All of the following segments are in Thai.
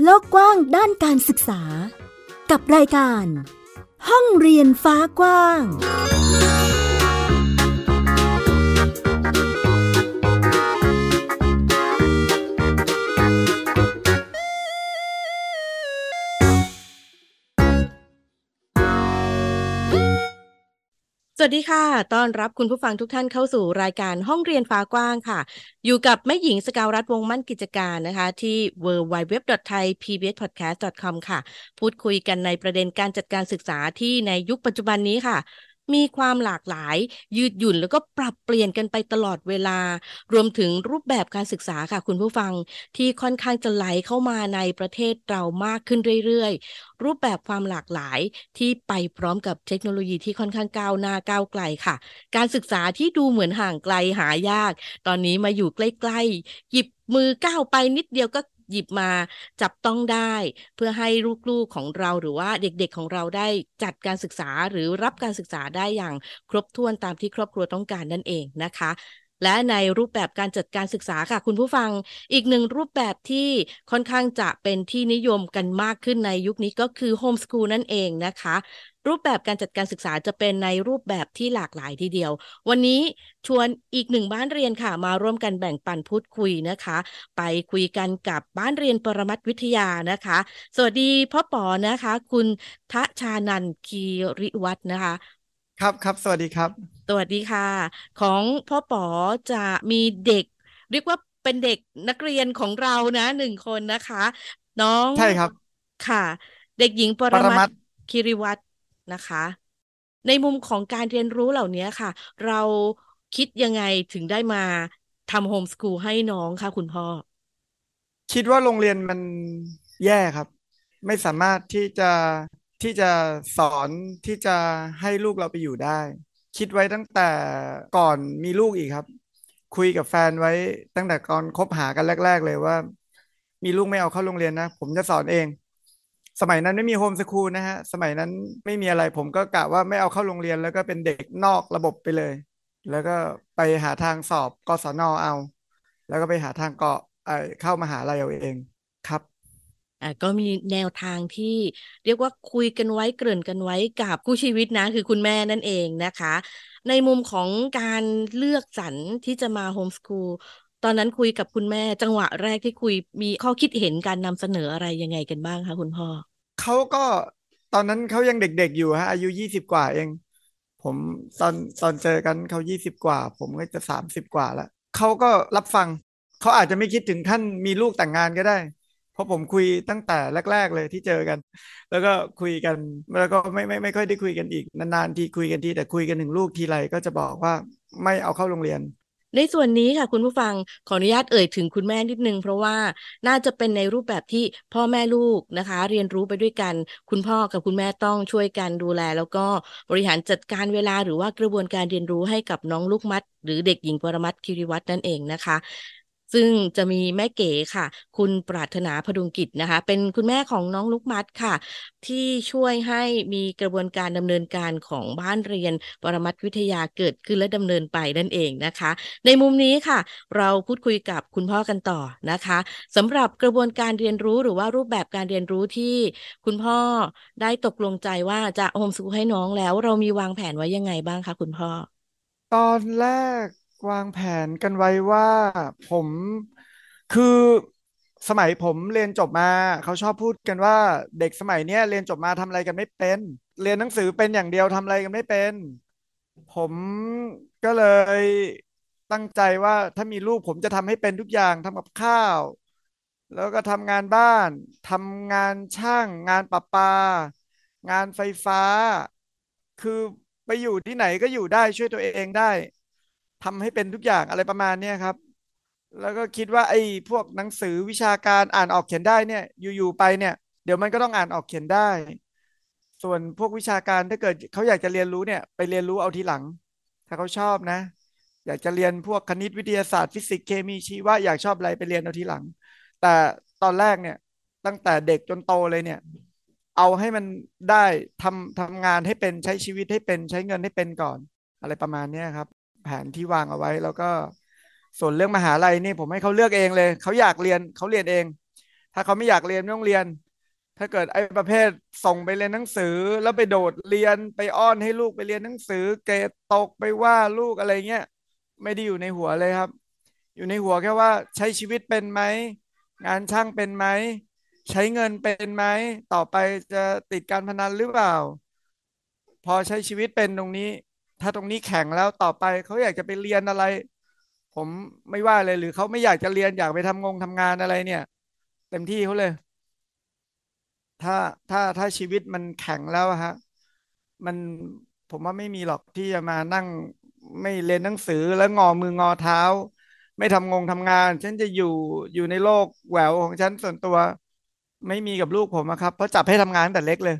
โลกกว้างด้านการศึกษากับรายการห้องเรียนฟ้ากว้างสวัสดีค่ะต้อนรับคุณผู้ฟังทุกท่านเข้าสู่รายการห้องเรียนฟ้ากว้างค่ะอยู่กับแม่หญิงสกาวรัตน์วงศ์มั่นกิจการนะคะที่ www.thaipbspodcast.com ค่ะพูดคุยกันในประเด็นการจัดการศึกษาที่ในยุคปัจจุบันนี้ค่ะมีความหลากหลายยืดหยุ่นแล้วก็ปรับเปลี่ยนกันไปตลอดเวลารวมถึงรูปแบบการศึกษาค่ะคุณผู้ฟังที่ค่อนข้างจะไหลเข้ามาในประเทศเรามากขึ้นเรื่อยๆรูปแบบความหลากหลายที่ไปพร้อมกับเทคโนโลยีที่ค่อนข้างก้าวหน้าก้าวไกลค่ะการศึกษาที่ดูเหมือนห่างไกลหายากตอนนี้มาอยู่ใกล้ๆหยิบมือก้าวไปนิดเดียวก็หยิบมาจับต้องได้เพื่อให้ลูกๆของเราหรือว่าเด็กๆของเราได้จัดการศึกษาหรือรับการศึกษาได้อย่างครบถ้วนตามที่ครอบครัวต้องการนั่นเองนะคะและในรูปแบบการจัดการศึกษาค่ะคุณผู้ฟังอีกหนึ่งรูปแบบที่ค่อนข้างจะเป็นที่นิยมกันมากขึ้นในยุคนี้ก็คือโฮมสคูลนั่นเองนะคะรูปแบบการจัดการศึกษาจะเป็นในรูปแบบที่หลากหลายทีเดียววันนี้ชวนอีกหนึ่งบ้านเรียนค่ะมาร่วมกันแบ่งปันพูดคุยนะคะไปคุยกันกับบ้านเรียนปรมัตถ์วิทยานะคะสวัสดีพ่อป๋อนะคะคุณทะชานันท์คีริวัฒน์นะคะครับสวัสดีครับสวัสดีค่ะของพ่อป๋อจะมีเด็กเรียกว่าเป็นเด็กนักเรียนของเรานะหนึ่งคนนะคะน้องใช่ครับค่ะเด็กหญิงปปรมัตถ์รมัตถ์คิริวัฒน์นะคะในมุมของการเรียนรู้เหล่านี้ค่ะเราคิดยังไงถึงได้มาทำโฮมสคูลให้น้องค่ะคุณพ่อคิดว่าโรงเรียนมันแย่ครับไม่สามารถที่จะสอนที่จะให้ลูกเราไปอยู่ได้คิดไว้ตั้งแต่ก่อนมีลูกอีกครับคุยกับแฟนไว้ตั้งแต่ก่อนคบหากันแรกๆเลยว่ามีลูกไม่เอาเข้าโรงเรียนนะผมจะสอนเองสมัยนั้นไม่มีโฮมสคูลนะฮะสมัยนั้นไม่มีอะไรผมก็กะว่าไม่เอาเข้าโรงเรียนแล้วก็เป็นเด็กนอกระบบไปเลย แล้วก็ไปหาทางสอบกศนเอาแล้วก็ไปหาทางเกาะเข้ามหาลัยเอาเองครับก็มีแนวทางที่เรียกว่าคุยกันไว้เกริ่นกันไว้กับคู่ชีวิตนะคือคุณแม่นั่นเองนะคะในมุมของการเลือกสรรที่จะมาโฮมสคูลตอนนั้นคุยกับคุณแม่จังหวะแรกที่คุยมีข้อคิดเห็นการนำเสนออะไรยังไงกันบ้างคะคุณพ่อเขาก็ตอนนั้นเขายังเด็กๆอยู่ฮะอายุ20 กว่าเองผมตอนเจอกันเขา20 กว่าผมก็จะ30 กว่าแล้วเขาก็รับฟังเขาอาจจะไม่คิดถึงขั้นมีลูกแต่งงานก็ได้เพราะผมคุยตั้งแต่แรกๆเลยที่เจอกันแล้วก็คุยกันแล้วก็ไม่ค่อยได้คุยกันอีกนานๆทีคุยกันทีแต่คุยกันถึงลูกทีไรก็จะบอกว่าไม่เอาเข้าโรงเรียนในส่วนนี้ค่ะคุณผู้ฟังขออนุญาตเอ่ยถึงคุณแม่นิดนึงเพราะว่าน่าจะเป็นในรูปแบบที่พ่อแม่ลูกนะคะเรียนรู้ไปด้วยกันคุณพ่อกับคุณแม่ต้องช่วยกันดูแลแล้วก็บริหารจัดการเวลาหรือว่ากระบวนการเรียนรู้ให้กับน้องลูกมัดหรือเด็กหญิงปรมัตถ์คิริวัฒน์นั่นเองนะคะซึ่งจะมีแม่เก๋ค่ะคุณปรารถนาพดุงกิจนะคะเป็นคุณแม่ของน้องลูกมัดค่ะที่ช่วยให้มีกระบวนการดำเนินการของบ้านเรียนปรมัตถ์วิทยาเกิดขึ้นและดำเนินไปนั่นเองนะคะ ในมุมนี้ค่ะเราพูดคุยกับคุณพ่อกันต่อนะคะสำหรับกระบวนการเรียนรู้หรือว่ารูปแบบการเรียนรู้ที่คุณพ่อได้ตกลงใจว่าจะโฮมสคูลให้น้องแล้วเรามีวางแผนไว้ยังไงบ้างคะคุณพ่อตอนแรกวางแผนกันไว้ว่าผมคือสมัยผมเรียนจบมาเขาชอบพูดกันว่าเด็กสมัยเนี้ยเรียนจบมาทำอะไรกันไม่เป็นเรียนหนังสือเป็นอย่างเดียวทำอะไรกันไม่เป็นผมก็เลยตั้งใจว่าถ้ามีลูกผมจะทำให้เป็นทุกอย่างทำกับข้าวแล้วก็ทำงานบ้านทำงานช่างงานประปางานไฟฟ้าคือไปอยู่ที่ไหนก็อยู่ได้ช่วยตัวเองได้ทำให้เป็นทุกอย่างอะไรประมาณเนี้ยครับแล้วก็คิดว่าไอ้พวกหนังสือวิชาการอ่านออกเขียนได้เนี่ยอยู่ๆไปเนี่ยเดี๋ยวมันก็ต้องอ่านออกเขียนได้ส่วนพวกวิชาการถ้าเกิดเขาอยากจะเรียนรู้เนี่ยไปเรียนรู้เอาทีหลังถ้าเขาชอบนะอยากจะเรียนพวกคณิตวิทยาศาสตร์ฟิสิกส์เคมีชีวะอยากชอบอะไรไปเรียนเอาทีหลังแต่ตอนแรกเนี่ยตั้งแต่เด็กจนโตเลยเนี่ย เอาให้มันได้ทำงานให้เป็นใช้ชีวิตให้เป็นใช้เงินให้เป็นก่อนอะไรประมาณเนี้ยครับแผนที่วางเอาไว้แล้วก็ส่วนเรื่องมหาลัยนี่ผมให้เขาเลือกเองเลยเขาอยากเรียนเขาเรียนเองถ้าเขาไม่อยากเรียนไม่ต้องเรียนถ้าเกิดไอ้ประเภทส่งไปเรียนหนังสือแล้วไปโดดเรียนไปอ้อนให้ลูกไปเรียนหนังสือเกรดตกไปว่าลูกอะไรเงี้ยไม่ได้อยู่ในหัวเลยครับอยู่ในหัวแค่ว่าใช้ชีวิตเป็นไหมงานช่างเป็นไหมใช้เงินเป็นไหมต่อไปจะติดการพนันหรือเปล่าพอใช้ชีวิตเป็นตรงนี้ถ้าตรงนี้แข็งแล้วต่อไปเขาอยากจะไปเรียนอะไรผมไม่ว่าเลยหรือเขาไม่อยากจะเรียนอยากไปทำงานอะไรเนี่ยเต็มที่เขาเลย ถ้าถ้าชีวิตมันแข็งแล้วอะฮะมันผมว่าไม่มีหรอกที่จะมานั่งไม่เรียนหนังสือแล้วงอมืองอเท้าไม่ทำงานฉันจะอยู่ในโลกแหววของฉันส่วนตัวไม่มีกับลูกผมอะครับเพราะจับให้ทำงานตั้งแต่เล็กเลย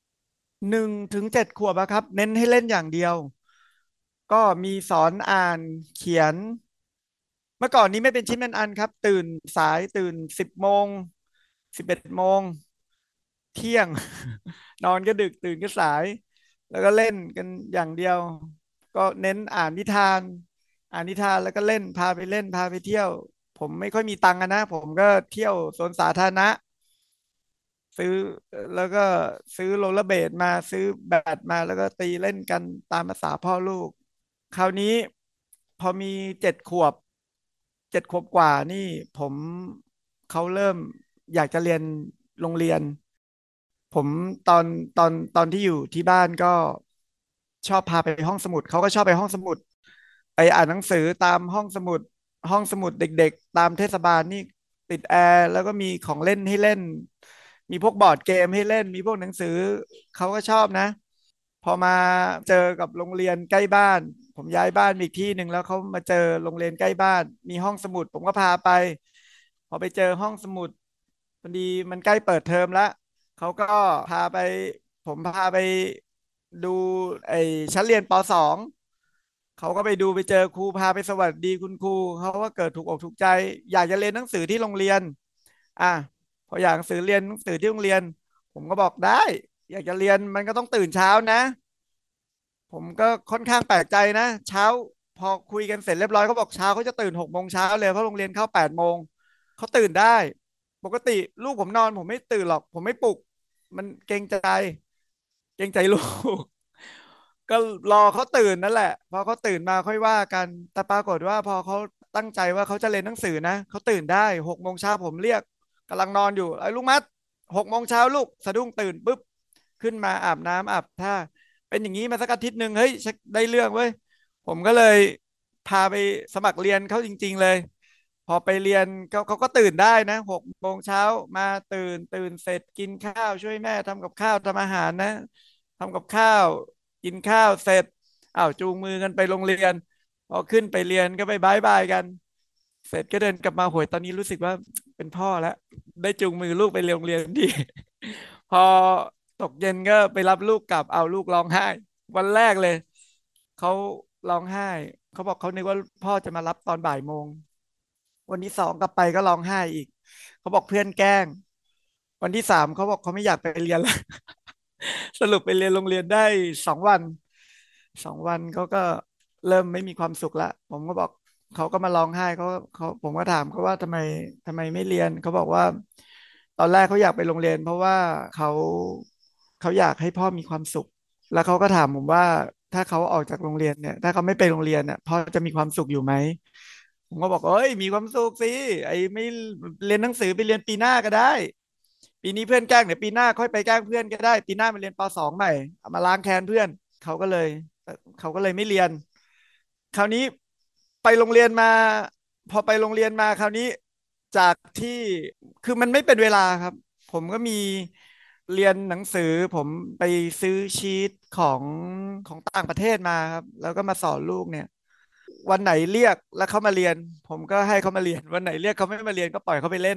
1 ถึง 7 ขวบอะครับเน้นให้เล่นอย่างเดียวก็มีสอนอ่านเขียนเมื่อก่อนนี้ไม่เป็นชิ้นเป็นอันครับตื่นสายตื่น10 โมง11 โมง เที่ยงนอนก็ดึกตื่นก็สายแล้วก็เล่นกันอย่างเดียวก็เน้นอ่านนิทานแล้วก็เล่นพาไปเล่นพาไปเที่ยวผมไม่ค่อยมีตังค์อะนะผมก็เที่ยวสวนสาธารณะซื้อแล้วก็ซื้อโรลเลอร์เบดมาซื้อแบดมาแล้วก็ตีเล่นกันตามภาษาพ่อลูกคราวนี้พอมี7 ขวบ7 ขวบกว่านี่ผมเขาเริ่มอยากจะเรียนโรงเรียน ผมตอนที่อยู่ที่บ้านก็ชอบพาไปห้องสมุดเขาก็ชอบไปห้องสมุดไปอ่านหนังสือตามห้องสมุดเด็กๆตามเทศบาลนี่ติดแอร์แล้วก็มีของเล่นให้เล่นมีพวกบอร์ดเกมให้เล่นมีพวกหนังสือเขาก็ชอบนะพอมาเจอกับโรงเรียนใกล้บ้านผมย้ายบ้านมาอีกที่หนึ่งแล้วเขามาเจอโรงเรียนใกล้บ้านมีห้องสมุดผมก็พาไปพอไปเจอห้องสมุดพอดีมันใกล้เปิดเทอมแล้ว เขาก็พาไปผมพาไปดูไอ้ชั้นเรียนป.2เขาก็ไปดูไปเจอครูพาไปสวัสดีคุณครูเขาก็เกิดถูกอกถูกใจอยากจะเรียนหนังสือที่โรงเรียนอ่ะพออยากเรียนหนังสือที่โรงเรียนผมก็บอกได้อยากจะเรียนมันก็ต้องตื่นเช้านะผมก็ค่อนข้างแปลกใจนะเช้าพอคุยกันเสร็จเรียบร้อยเขาบอกเช้าเขาจะตื่น6 โมงเช้าเลยเพราะโรงเรียนเข้า8 โมงเขาตื่นได้ปกติลูกผมนอนผมไม่ตื่นหรอกผมไม่ปลุก มันเกรงใจลูกก็รอเขาตื่นนั่นแหละพอเขาตื่นมาค่อยว่ากันแต่ปรากฏว่าพอเขาตั้งใจว่าเขาจะเรียนหนังสือนะเขาตื่นได้6 โมงเช้าผมเรียกกำลังนอนอยู่ไอ้ลูกมัด6 โมงเช้าลูกสะดุ้งตื่นปุ๊บขึ้นมาอาบน้ำอาบท่าเป็นอย่างนี้มาสักอาทิตย์หนึ่งเฮ้ยชักได้เรื่องเว้ยผมก็เลยพาไปสมัครเรียนเขาจริงๆเลย พอไปเรียนเขาก็ตื่นได้นะ6 โมงเช้ามาตื่นเสร็จกินข้าวช่วยแม่ทำกับข้าวทำอาหารนะทำกับข้าวกินข้าวเสร็จอ้าวจูงมือกันไปโรงเรียนพอขึ้นไปเรียนก็ไปบายบายกันเสร็จก็เดินกลับมาโหยตอนนี้รู้สึกว่าเป็นพ่อแล้วได้จูงมือลูกไปโรงเรียนดีพอตกเย็นก็ไปรับลูกกลับเอาลูกร้องไห้วันแรกเลยเขาร้องไห้เขาบอกเขานึกว่าพ่อจะมารับตอนบ่าย โมง วันที่2กลับไปก็ร้องไห้อีกเขาบอกเพื่อนแกล้งวันที่3เขาบอกเขาไม่อยากไปเรียนแล้วสรุปไปเรียนโรงเรียนได้2 วันเขาก็เริ่มไม่มีความสุขละผมก็บอกเขาก็มาร้องไห้ผมก็ถามเขาว่าทำไมไม่เรียนเขาบอกว่าตอนแรกเขาอยากไปโรงเรียนเพราะว่าเขาอยากให้พ่อมีความสุขแล้วเขาก็ถามผมว่าถ้าเขาออกจากโรงเรียนเนี่ยถ้าเขาไม่ไปโรงเรียนเนี่ยพ่อจะมีความสุขอยู่ไหม ผมก็บอกเอ้ยมีความสุขสิไอ้ไม่เรียนหนังสือไปเรียนปีหน้าก็ได้ปีนี้เพื่อนแกล้งเดี๋ยวปีหน้าค่อยไปแกล้งเพื่อนก็ได้ปีหน้ามาเรียนป.2ใหม่เอามาล้างแค้นเพื่อนเขาก็เลยเขาก็เลยไม่เรียนคราวนี้ไปโรงเรียนมาพอไปโรงเรียนมาคราวนี้จากที่คือมันไม่เป็นเวลาครับผมก็มีเรียนหนังสือผมไปซื้อชีตของต่างประเทศมาครับแล้วก็มาสอนลูกเนี่ย วันไหนเรียกแล้วเขามาเรียนผมก็ให้เขามาเรียนวันไหนเรียกเขาไม่มาเรียนก็ปล่อยเขาไปเล่น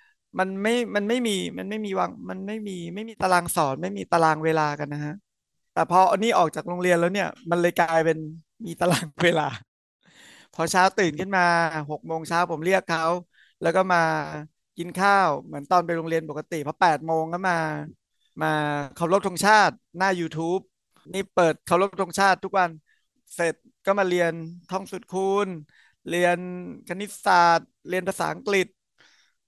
มันไม่มีตารางสอนไม่มีตารางเวลากันนะฮะแต่พออันนี้ออกจากโรงเรียนแล้วเนี่ยมันเลยกลายเป็นมีตารางเวลาพอเช้าตื่นขึ้นมา6 โมงเช้าผมเรียกเขาแล้วก็มากินข้าวเหมือนตอนไปโรงเรียนปกติพอ8 โมงก็มาเคารพธงชาติหน้า YouTube นี่เปิดเคารพธงชาติทุกวันเสร็จก็มาเรียนท่องสูตรคูณเรียนคณิตศาสตร์เรียนภาษาอังกฤษ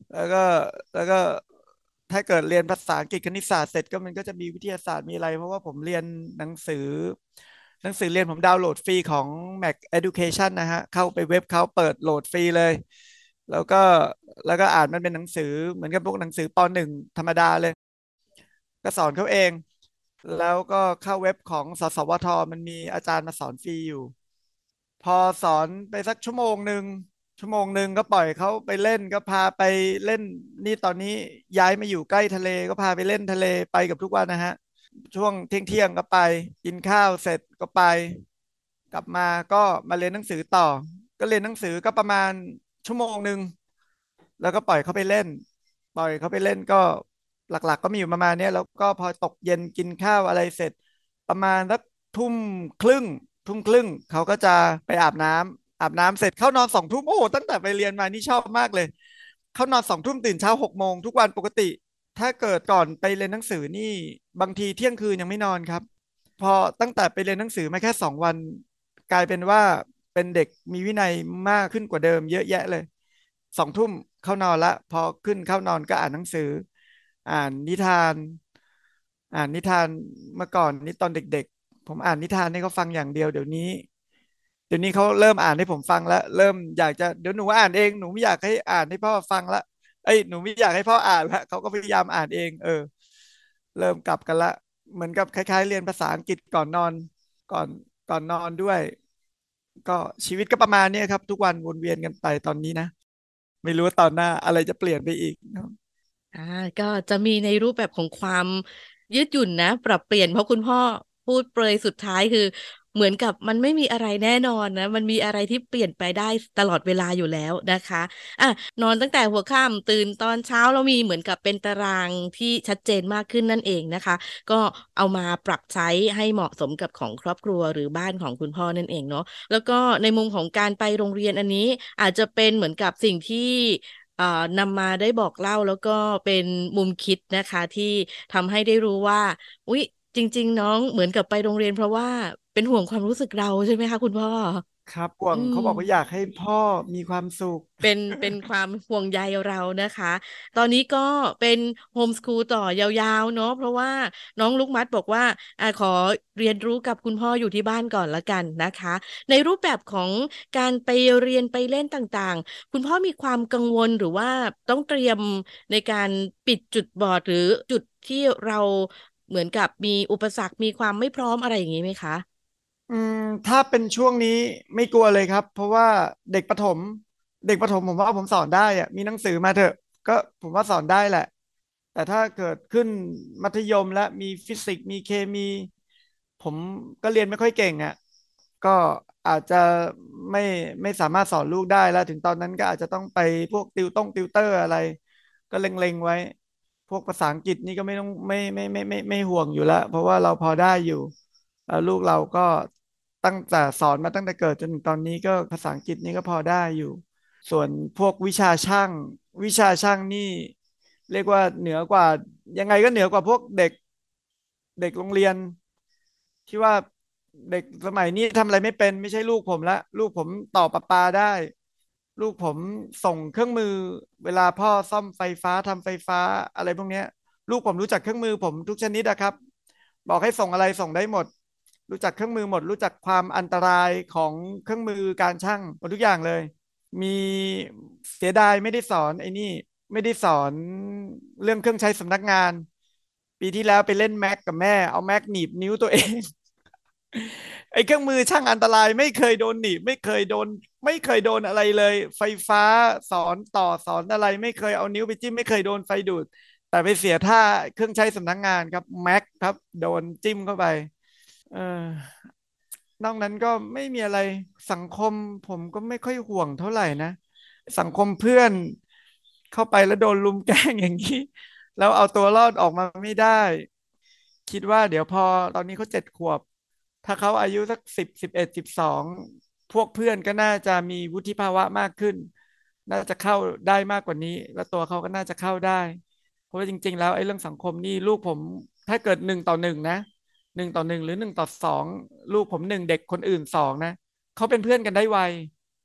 แล้วก็แล้วก็ถ้าเกิดเรียนภาษาอังกฤษคณิตศาสตร์เสร็จก็มันก็จะมีวิทยาศาสตร์มีอะไรเพราะว่าผมเรียนหนังสือหนังสือเรียนผมดาวน์โหลดฟรีของ Mac Education นะฮะเข้าไปเว็บเขาเปิดโหลดฟรีเลยแล้วก็แล้วก็อ่านมันเป็นหนังสือเหมือนกับพวกหนังสือป.1ธรรมดาเลยก็สอนเขาเองแล้วก็เข้าเว็บของสสวทมันมีอาจารย์มาสอนฟรีอยู่ พอสอนไปสักชั่วโมงหนึ่งก็ปล่อยเขาไปเล่นก็พาไปเล่นนี่ตอนนี้ย้ายมาอยู่ใกล้ทะเลก็พาไปเล่นทะเลไปกับทุกวันนะฮะช่วงเที่ยงก็ไปกินข้าวเสร็จก็ไปกลับมาก็มาเรียนหนังสือต่อก็เรียนหนังสือก็ประมาณชั่วโมง 1แล้วก็ปล่อยเขาไปเล่นก็หลักๆก็มีอยู่ประมาณเนี้ยแล้วก็พอตกเย็นกินข้าวอะไรเสร็จประมาณสักทุ่มครึ่งทุ่มครึ่งเขาก็จะไปอาบน้ำเสร็จเข้านอน2 ทุ่มโอ้โหตั้งแต่ไปเรียนมานี่ชอบมากเลยเข้านอน2 ทุ่มตื่นเช้า6 โมงทุกวันปกติถ้าเกิดก่อนไปเรียนหนังสือนี่บางทีเที่ยงคืนยังไม่นอนครับพอตั้งแต่ไปเรียนหนังสือมาแค่2 วันกลายเป็นว่าเป็นเด็กมีวินัยมากขึ้นกว่าเดิมเยอะแยะเลย 2 ทุ่มเข้านอนละพอขึ้นเข้านอนก็อ่านหนังสืออ่านนิทานอ่านนิทานเมื่อก่อนนี่ตอนเด็กๆผมอ่านนิทานให้เขาฟังอย่างเดียวเดี๋ยวนี้เขาเริ่มอ่านให้ผมฟังแล้วเริ่มอยากจะเดี๋ยวหนูอ่านเองหนูไม่อยากให้อ่านให้พ่อฟังละเอ้ยหนูไม่อยากให้พ่ออ่านละเขาก็พยายามอ่านเองเริ่มกลับกันละเหมือนกับคล้ายๆเรียนภาษาอังกฤษก่อนนอนก่อนก่อนนอนด้วยก็ชีวิตก็ประมาณนี้ครับทุกวันวนเวียนกันไปตอนนี้นะ ไม่รู้ว่าตอนหน้าอะไรจะเปลี่ยนไปอีกเนอะอ่าก็จะมีในรูปแบบของความยืดหยุ่นนะปรับเปลี่ยนเพราะคุณพ่อพูดเปรยสุดท้ายคือเหมือนกับมันไม่มีอะไรแน่นอนนะมันมีอะไรที่เปลี่ยนไปได้ตลอดเวลาอยู่แล้วนะคะอ่ะนอนตั้งแต่หัวค่ำตื่นตอนเช้าเรามีเหมือนกับเป็นตารางที่ชัดเจนมากขึ้นนั่นเองนะคะก็เอามาปรับใช้ให้เหมาะสมกับของครอบครัวหรือบ้านของคุณพ่อนั่นเองเนาะแล้วก็ในมุมของการไปโรงเรียนอันนี้อาจจะเป็นเหมือนกับสิ่งที่ นำมาได้บอกเล่าแล้วก็เป็นมุมคิดนะคะที่ทำให้ได้รู้ว่าอุ๊ยจริงๆน้องเหมือนกับไปโรงเรียนเพราะว่าเป็นห่วงความรู้สึกเราใช่ไหมคะคุณพ่อครับห่วอืงเขามบอกว่าอยากให้พ่อมีความสุขเป็นความห่วงใยเรานะคะ ตอนนี้ก็เป็นโฮมสคูลต่อยาวๆเนาะเพราะว่าน้องลูกมัดบอกว่าขอเรียนรู้กับคุณพ่ออยู่ที่บ้านก่อนละกันนะคะในรูปแบบของการไปเรียนไปเล่นต่างๆคุณพ่อมีความกังวลหรือว่าต้องเตรียมในการปิดจุดบอดหรือจุดที่เราเหมือนกับมีอุปสรรคมีความไม่พร้อมอะไรอย่างนี้ไหมคะอืมถ้าเป็นช่วงนี้ไม่กลัวเลยครับเพราะว่าเด็กประถมเด็กประถมผมว่าผมสอนได้อะมีหนังสือมาเถอะก็ผมว่าสอนได้แหละแต่ถ้าเกิดขึ้นมัธยมและมีฟิสิกส์มีเคมีผมก็เรียนไม่ค่อยเก่งอ่ะก็อาจจะไม่ไม่สามารถสอนลูกได้แล้วถึงตอนนั้นก็อาจจะต้องไปพวกติวเตอร์อะไรก็เล็งๆไว้พวกภาษาอังกฤษนี่ก็ไม่ต้องไม่ห่วงอยู่แล้วเพราะว่าเราพอได้อยู่ ลูกเราก็ตั้งแต่สอนมาตั้งแต่เกิดจนถึงตอนนี้ก็ภาษาอังกฤษนี่ก็พอได้อยู่ส่วนพวกวิชาช่างนี่เรียกว่าเหนือกว่ายังไงก็เหนือกว่าพวกเด็กโรงเรียนที่ว่าเด็กสมัยนี้ทำอะไรไม่เป็นไม่ใช่ลูกผมละลูกผมต่อประปาได้ลูกผมส่งเครื่องมือเวลาพ่อซ่อมไฟฟ้าทำไฟฟ้าอะไรพวกเนี้ยลูกผมรู้จักเครื่องมือผมทุกชนิดนะครับบอกให้ส่งอะไรส่งได้หมด รู้จักเครื่องมือหมดรู้จักความอันตรายของเครื่องมือการช่างหมดทุกอย่างเลยมีเสียดายไม่ได้สอนไอ้นี่ไม่ได้สอนเรื่องเครื่องใช้สำนักงานปีที่แล้วไปเล่นแม็กกับแม่เอาแม็กหนีบนิ้วตัวเองไอ้เครื่องมือช่างอันตรายไม่เคยโดนหนีบไม่เคยโดนอะไรเลยไฟฟ้าสอนต่อสอนอะไรไม่เคยเอานิ้วไปจิ้มไม่เคยโดนไฟดูดแต่ไปเสียท่าเครื่องใช้สำนักงานครับแม็กครับโดนจิ้มเข้าไป เออนอกนั้นก็ไม่มีอะไรสังคมผมก็ไม่ค่อยห่วงเท่าไหร่นะสังคมเพื่อนเข้าไปแล้วโดนรุมแกล้งอย่างนี้แล้วเอาตัวรอดออกมาไม่ได้คิดว่าเดี๋ยวพอตอนนี้เขา7 ขวบถ้าเขาอายุสัก10 11 12พวกเพื่อนก็น่าจะมีวุฒิภาวะมากขึ้นน่าจะเข้าได้มากกว่านี้แล้วตัวเขาก็น่าจะเข้าได้เพราะว่าจริงๆแล้วไอ้เรื่องสังคมนี่ลูกผมถ้าเกิด1 ต่อ 1นะ 1 ต่อ 1หรือ1 ต่อ 2ลูกผม1เด็กคนอื่น2นะเขาเป็นเพื่อนกันได้ไว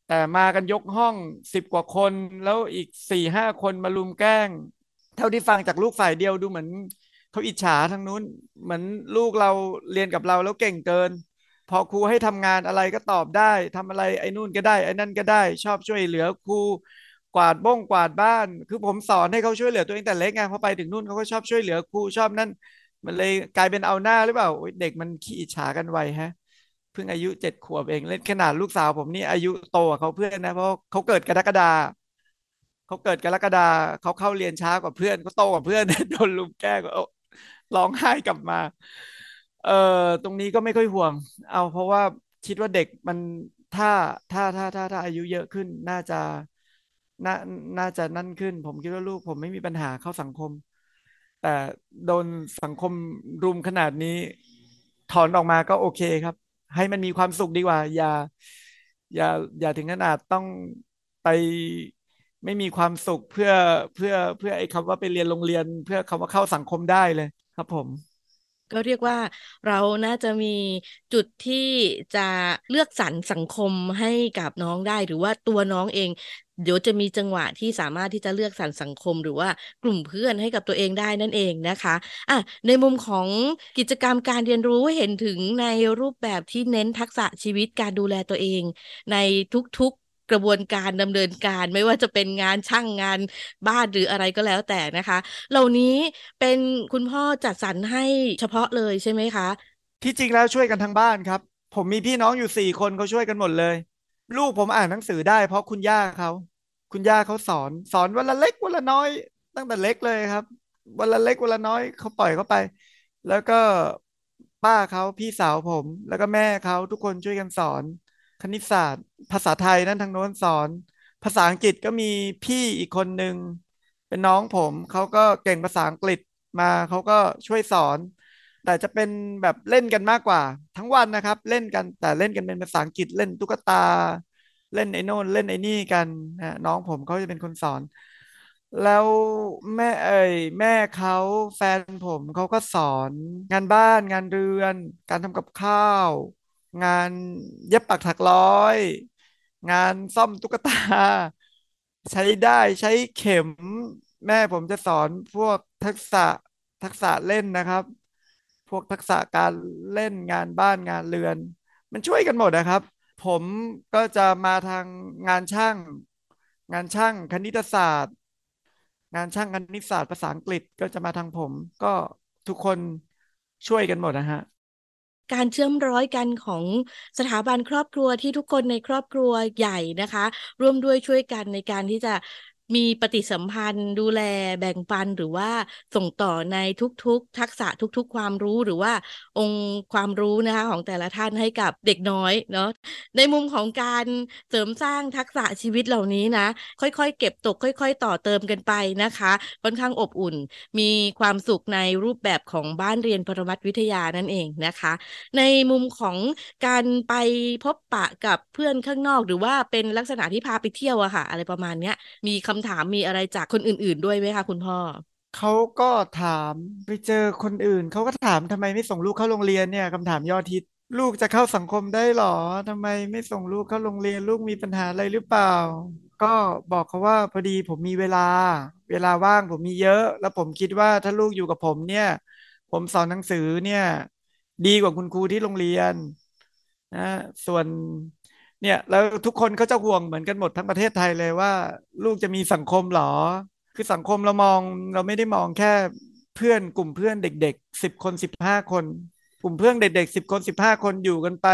แต่มากันยกห้อง10 กว่าคนแล้วอีก4-5 คนมารุมแกล้งเท่าที่ฟังจากลูกฝ่ายเดียวดูเหมือนเขาอิจฉาทางนู้นเหมือนลูกเราเรียนกับเราแล้วเก่งเกินพอครูให้ทำงานอะไรก็ตอบได้ทำอะไรไอ้นู่นก็ได้ไอ้นั่นก็ได้ชอบช่วยเหลือครูกวาดบ้งกวาดบ้านคือผมสอนให้เขาช่วยเหลือตัวเองแต่เล็กไงพอไปถึงนู่นเขาก็ชอบช่วยเหลือครูชอบนั่นมันเลยกลายเป็นเอาหน้าหรือเปล่าโอ๊ยเด็กมันขี้อิจฉากันไวฮะ เพิ่งอายุ7 ขวบเองเล่นขนาดลูกสาวผมนี่อายุโตกว่าเขาเพื่อนนะเพราะเขาเกิดกรกฎาเขาเกิดกรกฎาเขาเข้าเรียนช้ากว่าเพื่อนเขาโตกว่าเพื่อนโดนลุมแกล้งก็ร้องไห้กลับมาเอ่อตรงนี้ก็ไม่ค่อยห่วงเอาเพราะว่าคิดว่าเด็กมันถ้าถ้าอายุเยอะขึ้นน่าน่าจะนั่นขึ้นผมคิดว่าลูกผมไม่มีปัญหาเข้าสังคมแต่โดนสังคมรุมขนาดนี้ถอนออกมาก็โอเคครับ ให้มันมีความสุขดีกว่าอย่าอย่าถึงขนาดต้องไปไม่มีความสุขเพื่อไอ้คำว่าไปเรียนโรงเรียนเพื่อคำว่าเข้าสังคมได้เลยครับผมก็เรียกว่าเราน่าจะมีจุดที่จะเลือกสรรสังคมให้กับน้องได้หรือว่าตัวน้องเองเดี๋ยวจะมีจังหวะที่สามารถที่จะเลือกสรรสังคมหรือว่ากลุ่มเพื่อนให้กับตัวเองได้นั่นเองนะคะอ่ะในมุมของกิจกรรมการเรียนรู้เห็นถึงในรูปแบบที่เน้นทักษะชีวิตการดูแลตัวเองในทุกๆกระบวนการดำเนินการไม่ว่าจะเป็นงานช่างงานบ้านหรืออะไรก็แล้วแต่นะคะ เหล่านี้เป็นคุณพ่อจัดสรรให้เฉพาะเลยใช่ไหมคะที่จริงแล้วช่วยกันทั้งบ้านครับผมมีพี่น้องอยู่4 คนเขาช่วยกันหมดเลยลูกผมอ่านหนังสือได้เพราะคุณย่าเขาสอนวันละเล็กวันละน้อยตั้งแต่เล็กเลยครับวันละเล็กวันละน้อยเขาปล่อยเขาไปแล้วก็ป้าเขาพี่สาวผมแล้วก็แม่เขาทุกคนช่วยกันสอน คณิตศาสตร์ภาษาไทยนั่นทางโน้นสอนภาษาอังกฤษก็มีพี่อีกคนหนึ่งเป็นน้องผมเขาก็เก่งภาษาอังกฤษมาเขาก็ช่วยสอนแต่จะเป็นแบบเล่นกันมากกว่าทั้งวันนะครับเล่นกันแต่เล่นกันเป็นภาษาอังกฤษเล่นตุ๊กตาเล่นไอ้โน่นเล่นไอ้นี่กันนะน้องผมเขาจะเป็นคนสอนแล้วแม่เขาแฟนผมเขาก็สอนงานบ้านงานเรือนการทำกับข้าว งานเย็บปักถักร้อยงานซ่อมตุ๊กตาใช้ได้ใช้เข็มแม่ผมจะสอนพวกทักษะเล่นนะครับพวกทักษะการเล่นงานบ้านงานเรือนมันช่วยกันหมดนะครับผมก็จะมาทางงานช่างงานช่างคณิตศาสตร์งานช่างคณิตศาสตร์ภาษาอังกฤษก็จะมาทางผมก็ทุกคนช่วยกันหมดนะฮะการเชื่อมร้อยกันของสถาบันครอบครัวที่ทุกคนในครอบครัวใหญ่นะคะร่วมด้วยช่วยกันในการที่จะมีปฏิสัมพันธ์ดูแลแบ่งปันหรือว่าส่งต่อในทุกๆทักษะทุกๆความรู้หรือว่าองค์ความรู้นะคะของแต่ละท่านให้กับเด็กน้อยเนาะในมุมของการเสริมสร้างทักษะชีวิตเหล่านี้นะค่อยๆเก็บตกค่อยๆต่อเติมกันไปนะคะค่อนข้างอบอุ่นมีความสุขในรูปแบบของบ้านเรียนปรมัตถ์วิทยานั่นเองนะคะ ในมุมของการไปพบปะกับเพื่อนข้างนอกหรือว่าเป็นลักษณะที่พาไปเที่ยวอะค่ะอะไรประมาณเนี้ยมีคำถามมีอะไรจากคนอื่นๆด้วยไหมคะคุณพ่อเขาก็ถามไปเจอคนอื่นเขาก็ถามทำไมไม่ส่งลูกเข้าโรงเรียนเนี่ยคำถามยอดฮิตลูกจะเข้าสังคมได้หรอทำไมไม่ส่งลูกเข้าโรงเรียนลูกมีปัญหาอะไรหรือเปล่าก็บอกเขาว่าพอดีผมมีเวลาว่างผมมีเยอะแล้วผมคิดว่าถ้าลูกอยู่กับผมเนี่ยผมสอนหนังสือเนี่ยดีกว่าคุณครูที่โรงเรียนนะส่วนเนี่ยแล้วทุกคนเขาจะห่วงเหมือนกันหมดทั้งประเทศไทยเลยว่าลูกจะมีสังคมเหรอ คือสังคมเราไม่ได้มองแค่เพื่อนกลุ่มเพื่อนเด็กๆ10 คน 15 คนกลุ่มเพื่อนเด็กๆ10 คน 15 คนอยู่กันไป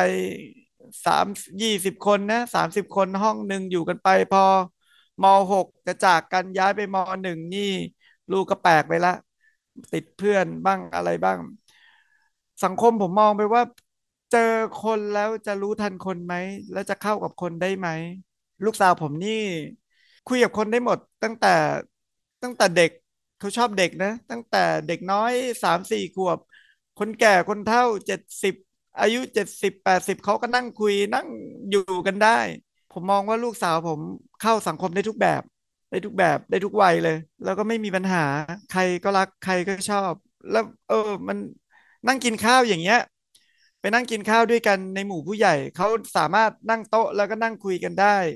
20 คนนะ30 คนห้องหนึ่งอยู่กันไปพอม.6จะจากกันย้ายไปม.1นี่ลูกก็แปลกไปละติดเพื่อนบ้างอะไรบ้างสังคมผมมองไปว่าเจอคนแล้วจะรู้ทันคนไหมแล้วจะเข้ากับคนได้ไหมลูกสาวผมนี่ คุยกับคนได้หมดตั้งแต่เด็กเขาชอบเด็กนะตั้งแต่เด็กน้อย3-4 ขวบคนแก่คนเฒ่า70อายุ70-80เขาก็นั่งคุยนั่งอยู่กันได้ผมมองว่าลูกสาวผมเข้าสังคมได้ทุกแบบได้ทุกวัยเลยแล้วก็ไม่มีปัญหาใครก็รักใครก็ชอบแล้วมันนั่งกินข้าวอย่างเงี้ยไปนั่งกินข้าวด้วยกันในหมู่ผู้ใหญ่เขาสามารถนั่งโต๊ะแล้วก็นั่งคุยกันได้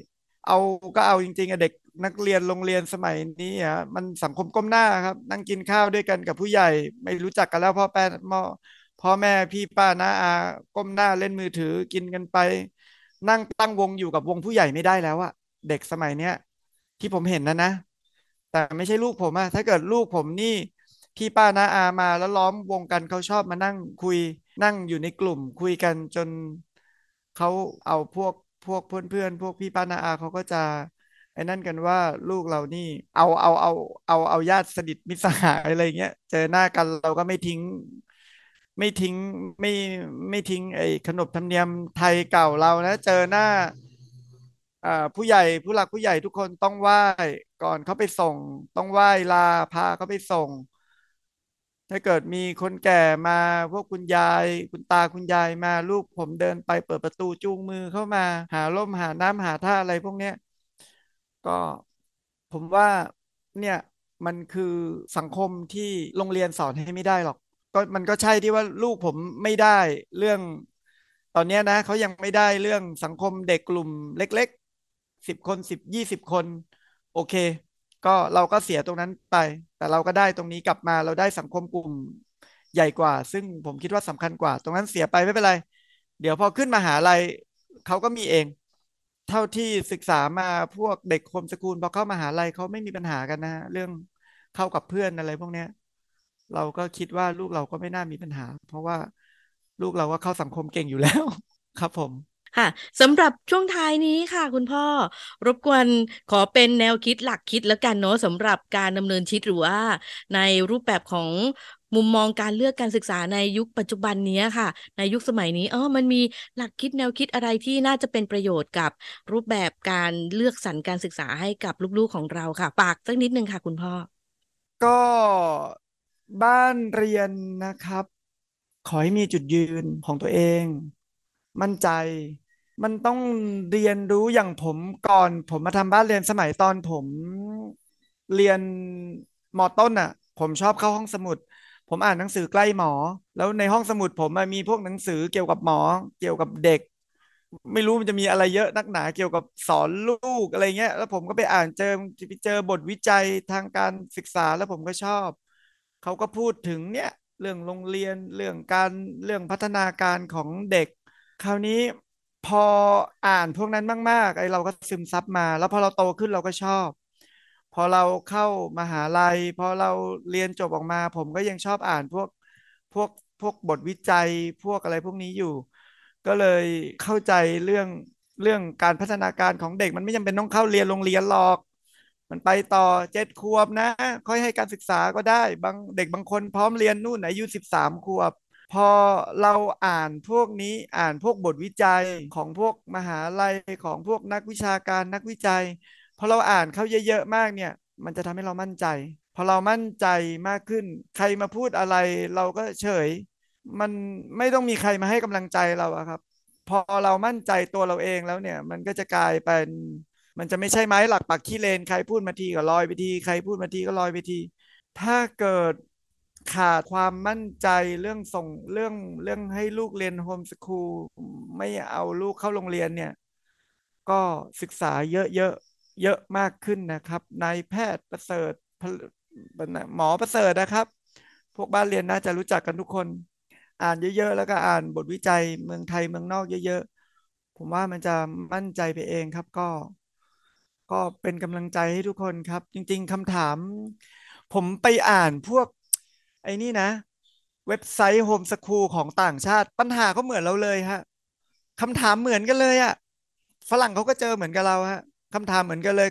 เอาก็เอาจริงๆอะเด็กนักเรียนโรงเรียนสมัยนี้อ่ะมันสังคมก้มหน้าครับนั่งกินข้าวด้วยกันกับผู้ใหญ่ไม่รู้จักกันแล้วพ่อแม่พี่ป้าน้าอาก้มหน้าเล่นมือถือกินกันไปนั่งตั้งวงอยู่กับวงผู้ใหญ่ไม่ได้แล้วอะเด็กสมัยเนี้ยที่ผมเห็นนะแต่ไม่ใช่ลูกผมอะถ้าเกิดลูกผมนี่พี่ป้าน้าอามาแล้วล้อมวงกันเขาชอบมานั่งคุยนั่งอยู่ในกลุ่มคุยกันจนเขาเอาพวกเพื่อนพวกพี่ป้าน้าอาเขาก็จะไอ้นั่นกันว่าลูกเรานี่เอาญาติสนิทมิตรสหายอะไรเงี้ยเจอหน้ากันเราก็ไม่ทิ้งไม่ไม่ทิ้งไอ้ขนบธรรมเนียมไทยเก่าเรานะเจอหน้าผู้ใหญ่ผู้หลักผู้ใหญ่ทุกคนต้องไหว้ก่อนเขาไปส่งต้องไหว้ลาพาเขาไปส่งถ้าเกิดมีคนแก่มาพวกคุณยายคุณตาคุณยายมาลูกผมเดินไปเปิดประตูจูงมือเข้ามาหาร่มหาน้ำหาท่าอะไรพวกเนี้ยก็ผมว่าเนี่ยมันคือสังคมที่โรงเรียนสอนให้ไม่ได้หรอก ก็มันก็ใช่ที่ว่าลูกผมไม่ได้เรื่องตอนเนี้ยนะเขายังไม่ได้เรื่องสังคมเด็กกลุ่มเล็กๆ10 คน10 20 คนโอเคก็เราก็เสียตรงนั้นไปแต่เราก็ได้ตรงนี้กลับมาเราได้สังคมกลุ่มใหญ่กว่าซึ่งผมคิดว่าสำคัญกว่าตรงนั้นเสียไปไม่เป็นไรเดี๋ยวพอขึ้นมหาลัยเขาก็มีเองเท่าที่ศึกษามาพวกเด็กโฮมสคูลพอเข้ามหาลัยเขาไม่มีปัญหากันนะเรื่องเข้ากับเพื่อนอะไรพวกเนี้ย เราก็คิดว่าลูกเราก็ไม่น่ามีปัญหาเพราะว่าลูกเราก็เข้าสังคมเก่งอยู่แล้วครับผมค่ะสำหรับช่วงท้ายนี้ค่ะคุณพ่อรบกวนขอเป็นแนวคิดหลักคิดแล้วกันเนาะสำหรับการดำเนินชีวิตหรือว่าในรูปแบบของมุมมองการเลือกการศึกษาในยุคปัจจุบันนี้ค่ะในยุคสมัยนี้มันมีหลักคิดแนวคิดอะไรที่น่าจะเป็นประโยชน์กับรูปแบบการเลือกสรรการศึกษาให้กับลูกๆของเราค่ะฝากสักนิดนึงค่ะคุณพ่อก็บ้านเรียนนะครับขอให้มีจุดยืนของตัวเองมั่นใจมันต้องเรียนรู้อย่างผมก่อนผมมาทำบ้านเรียนสมัยตอนผมเรียนมอต้นอ่ะผมชอบเข้าห้องสมุดผมอ่านหนังสือใกล้หมอแล้วในห้องสมุดผมอะมีพวกหนังสือเกี่ยวกับหมอเกี่ยวกับเด็ก ไม่รู้มันจะมีอะไรเยอะนักหนาเกี่ยวกับสอนลูกอะไรเงี้ยแล้วผมก็ไปอ่านไปเจอบทวิจัยทางการศึกษาแล้วผมก็ชอบเขาก็พูดถึงเนี่ยเรื่องโรงเรียนเรื่องพัฒนาการของเด็กคราวนี้พออ่านพวกนั้นมากๆไอ้เราก็ซึมซับมาแล้วพอเราโตขึ้นเราก็ชอบพอเราเข้ามหาลัยพอเราเรียนจบออกมาผมก็ยังชอบอ่านพวกพวกบทวิจัยพวกอะไรพวกนี้อยู่ ก็เลยเข้าใจเรื่องการพัฒนาการของเด็กมันไม่จำเป็นต้องเข้าเรียนโรงเรียนหรอกมันไปต่อ7 ขวบนะค่อยให้การศึกษาก็ได้บางคนพร้อมเรียนนู่นอายุ13 ขวบพอเราอ่านพวกนี้อ่านพวกบทวิจัยของพวกมหาลัยของพวกนักวิชาการนักวิจัยพอเราอ่านเขาเยอะๆมากเนี่ยมันจะทำให้เรามั่นใจพอเรามั่นใจมากขึ้นใครมาพูดอะไรเราก็เฉย มันไม่ต้องมีใครมาให้กำลังใจเราอะครับพอเรามั่นใจตัวเราเองแล้วเนี่ยมันก็จะกลายเป็นมันจะไม่ใช่ไม้หลักปักขี้เลนใครพูดมาทีก็ลอยไปทีใครพูดมาทีก็ลอยไปทีถ้าเกิดขาดความมั่นใจเรื่องส่งเรื่องให้ลูกเรียนโฮมสคูลไม่เอาลูกเข้าโรงเรียนเนี่ยก็ศึกษาเยอะเยอะเยอะมากขึ้นนะครับนายแพทย์ประเสริฐหมอประเสริฐนะครับพวกบ้านเรียนน่าจะรู้จักกันทุกคน อ่านเยอะๆแล้วก็อ่านบทวิจัยเมืองไทยเมืองนอกเยอะๆผมว่ามันจะมั่นใจไปเองครับก็เป็นกำลังใจให้ทุกคนครับจริงๆคำถามผมไปอ่านพวกไอ้นี่นะเว็บไซต์โฮมสคูลของต่างชาติปัญหาเขาเหมือนเราเลยฮะคำถามเหมือนกันเลยอะฝรั่งเขาก็เจอเหมือนกับเราฮะคำถามเหมือนกันเลย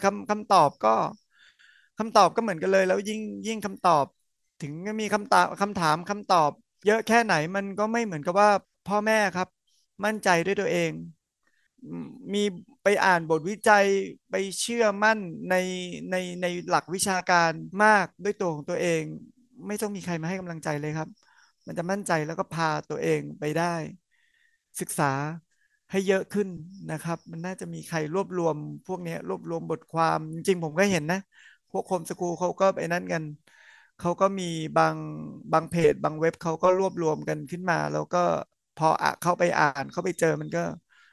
คำตอบก็เหมือนกันเลยแล้วยิ่งคำตอบถึงมีคำถามคำตอบ เยอะแค่ไหนมันก็ไม่เหมือนกับว่าพ่อแม่ครับมั่นใจด้วยตัวเองอืมมีไปอ่านบทวิจัยไปเชื่อมั่นในในหลักวิชาการมากด้วยตัวของตัวเองไม่ต้องมีใครมาให้กำลังใจเลยครับมันจะมั่นใจแล้วก็พาตัวเองไปได้ศึกษาให้เยอะขึ้นนะครับมันน่าจะมีใครรวบรวมพวกนี้รวบรวมบทความจริงๆผมก็เห็นนะพวกโฮมสกูลเขาก็ไปนั่นกัน เขาก็มีบางเพจบางเว็บเขาก็รวบรวมกันขึ้นมาแล้วก็พอเข้าไปอ่านเข้าไปเจอมันก็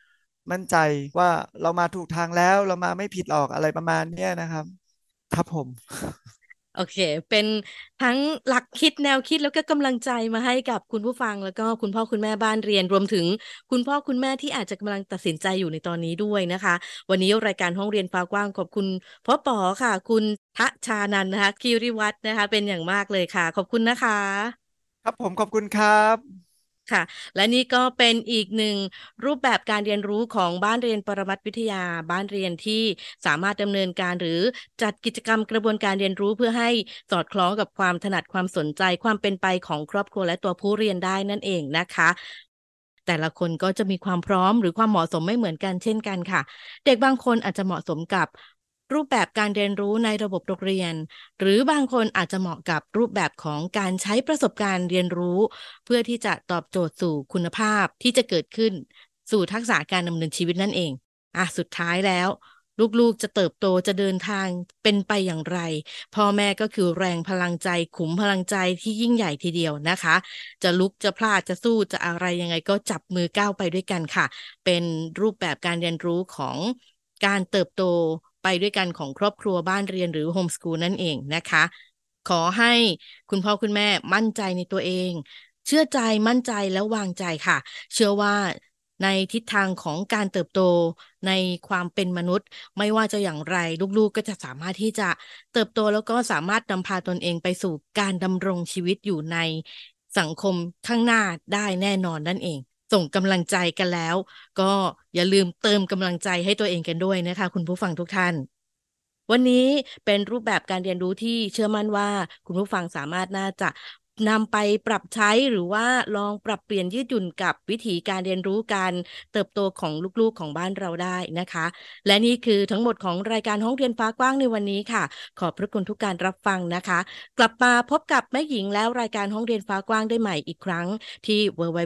มั่นใจว่าเรามาถูกทางแล้วเรามาไม่ผิดหรอกอะไรประมาณเนี้ยนะครับครับผมโอเค เป็นทั้งหลักคิดแนวคิดแล้วก็กำลังใจมาให้กับคุณผู้ฟังแล้วก็คุณพ่อคุณแม่บ้านเรียนรวมถึงคุณพ่อคุณแม่ที่อาจจะกำลังตัดสินใจอยู่ในตอนนี้ด้วยนะคะวันนี้รายการห้องเรียนฟ้ากว้างขอบคุณพ่อป๋อค่ะคุณทะชานันท์นะคะกิริวัฒน์นะคะเป็นอย่างมากเลยค่ะขอบคุณนะคะครับผมขอบคุณครับค่ะและนี่ก็เป็นอีกหนึ่งรูปแบบการเรียนรู้ของบ้านเรียนปรมัตถ์วิทยาบ้านเรียนที่สามารถดำเนินการหรือจัดกิจกรรมกระบวนการเรียนรู้เพื่อให้สอดคล้องกับความถนัดความสนใจความเป็นไปของครอบครัวและตัวผู้เรียนได้นั่นเองนะคะแต่ละคนก็จะมีความพร้อมหรือความเหมาะสมไม่เหมือนกันเช่นกันค่ะเด็กบางคนอาจจะเหมาะสมกับรูปแบบการเรียนรู้ในระบบโรงเรียนหรือบางคนอาจจะเหมาะกับรูปแบบของการใช้ประสบการณ์เรียนรู้ เพื่อที่จะตอบโจทย์สู่คุณภาพที่จะเกิดขึ้นสู่ทักษะการดำเนินชีวิตนั่นเองสุดท้ายแล้วลูกๆจะเติบโตจะเดินทางเป็นไปอย่างไรพ่อแม่ก็คือแรงพลังใจขุมพลังใจที่ยิ่งใหญ่ทีเดียวนะคะจะลุกจะพลาดจะสู้จะอะไรยังไงก็จับมือก้าวไปด้วยกันค่ะเป็นรูปแบบการเรียนรู้ของการเติบโตไปด้วยกันของครอบครัวบ้านเรียนหรือโฮมสกูลนั่นเองนะคะขอให้คุณพ่อคุณแม่มั่นใจในตัวเองเชื่อใจมั่นใจและวางใจค่ะเชื่อว่าในทิศทางของการเติบโตในความเป็นมนุษย์ไม่ว่าจะอย่างไรลูกๆก็จะสามารถที่จะเติบโตแล้วก็สามารถนำพาตนเองไปสู่การดำรงชีวิตอยู่ในสังคมข้างหน้าได้แน่นอนนั่นเองส่งกำลังใจกันแล้วก็อย่าลืมเติมกำลังใจให้ตัวเองกันด้วยนะคะคุณผู้ฟังทุกท่านวันนี้เป็นรูปแบบการเรียนรู้ที่เชื่อมั่นว่าคุณผู้ฟังสามารถน่าจะนำไปปรับใช้หรือว่าลองปรับเปลี่ยนยืดหยุ่นกับวิธีการเรียนรู้การเติบโตของลูกๆของบ้านเราได้นะคะและนี่คือทั้งหมดของรายการห้องเรียนฟ้ากว้างในวันนี้ค่ะขอบพระคุณทุกการรับฟังนะคะกลับมาพบกับแม่หญิงแล้วรายการห้องเรียนฟ้ากว้างได้ใหม่อีกครั้งที่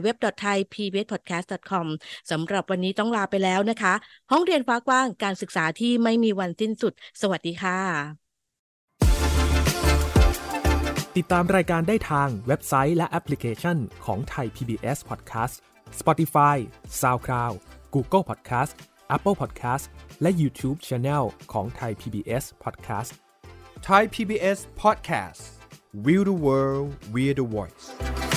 www.thaipbspodcast.com สำหรับวันนี้ต้องลาไปแล้วนะคะห้องเรียนฟ้ากว้างการศึกษาที่ไม่มีวันสิ้นสุดสวัสดีค่ะติดตามรายการได้ทางเว็บไซต์และแอปพลิเคชันของ Thai PBS Podcast Spotify SoundCloud Google Podcast Apple Podcast และ YouTube Channel ของ Thai PBS Podcast Thai PBS Podcast We the World We the Voice